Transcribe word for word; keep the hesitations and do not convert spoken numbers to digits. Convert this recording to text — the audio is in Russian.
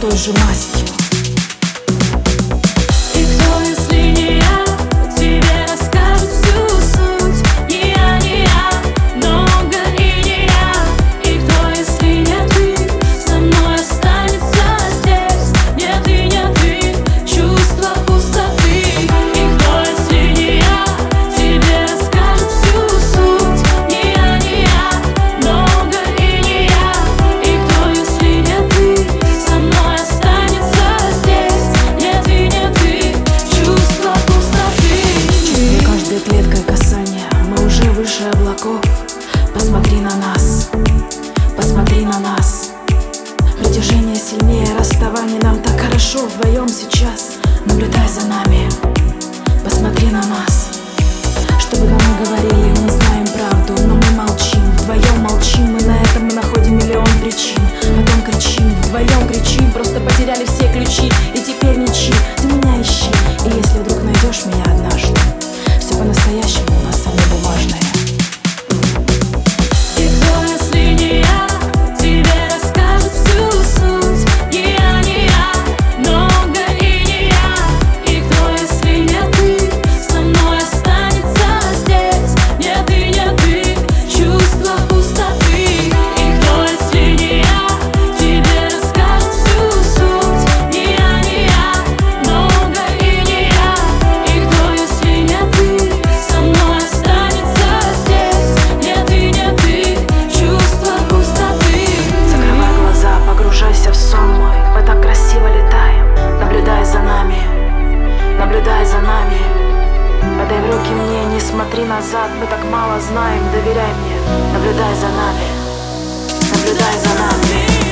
той же мастью. Посмотри на нас, посмотри на нас. Притяжение сильнее расставания, нам так хорошо вдвоем сейчас. Наблюдай за нами, посмотри на нас. Что бы нам ни говорили, мы знаем правду, но мы молчим, вдвоем молчим. И на этом мы находим миллион причин. Потом кричим, вдвоем кричим. Просто потеряли все ключи и теперь ничьи. Ты меня ищи, и если вдруг найдешь меня однажды, все по-настоящему у нас самое бумажное. Подай в руки мне, не смотри назад. Мы так мало знаем, доверяй мне. Наблюдай за нами, наблюдай за нами.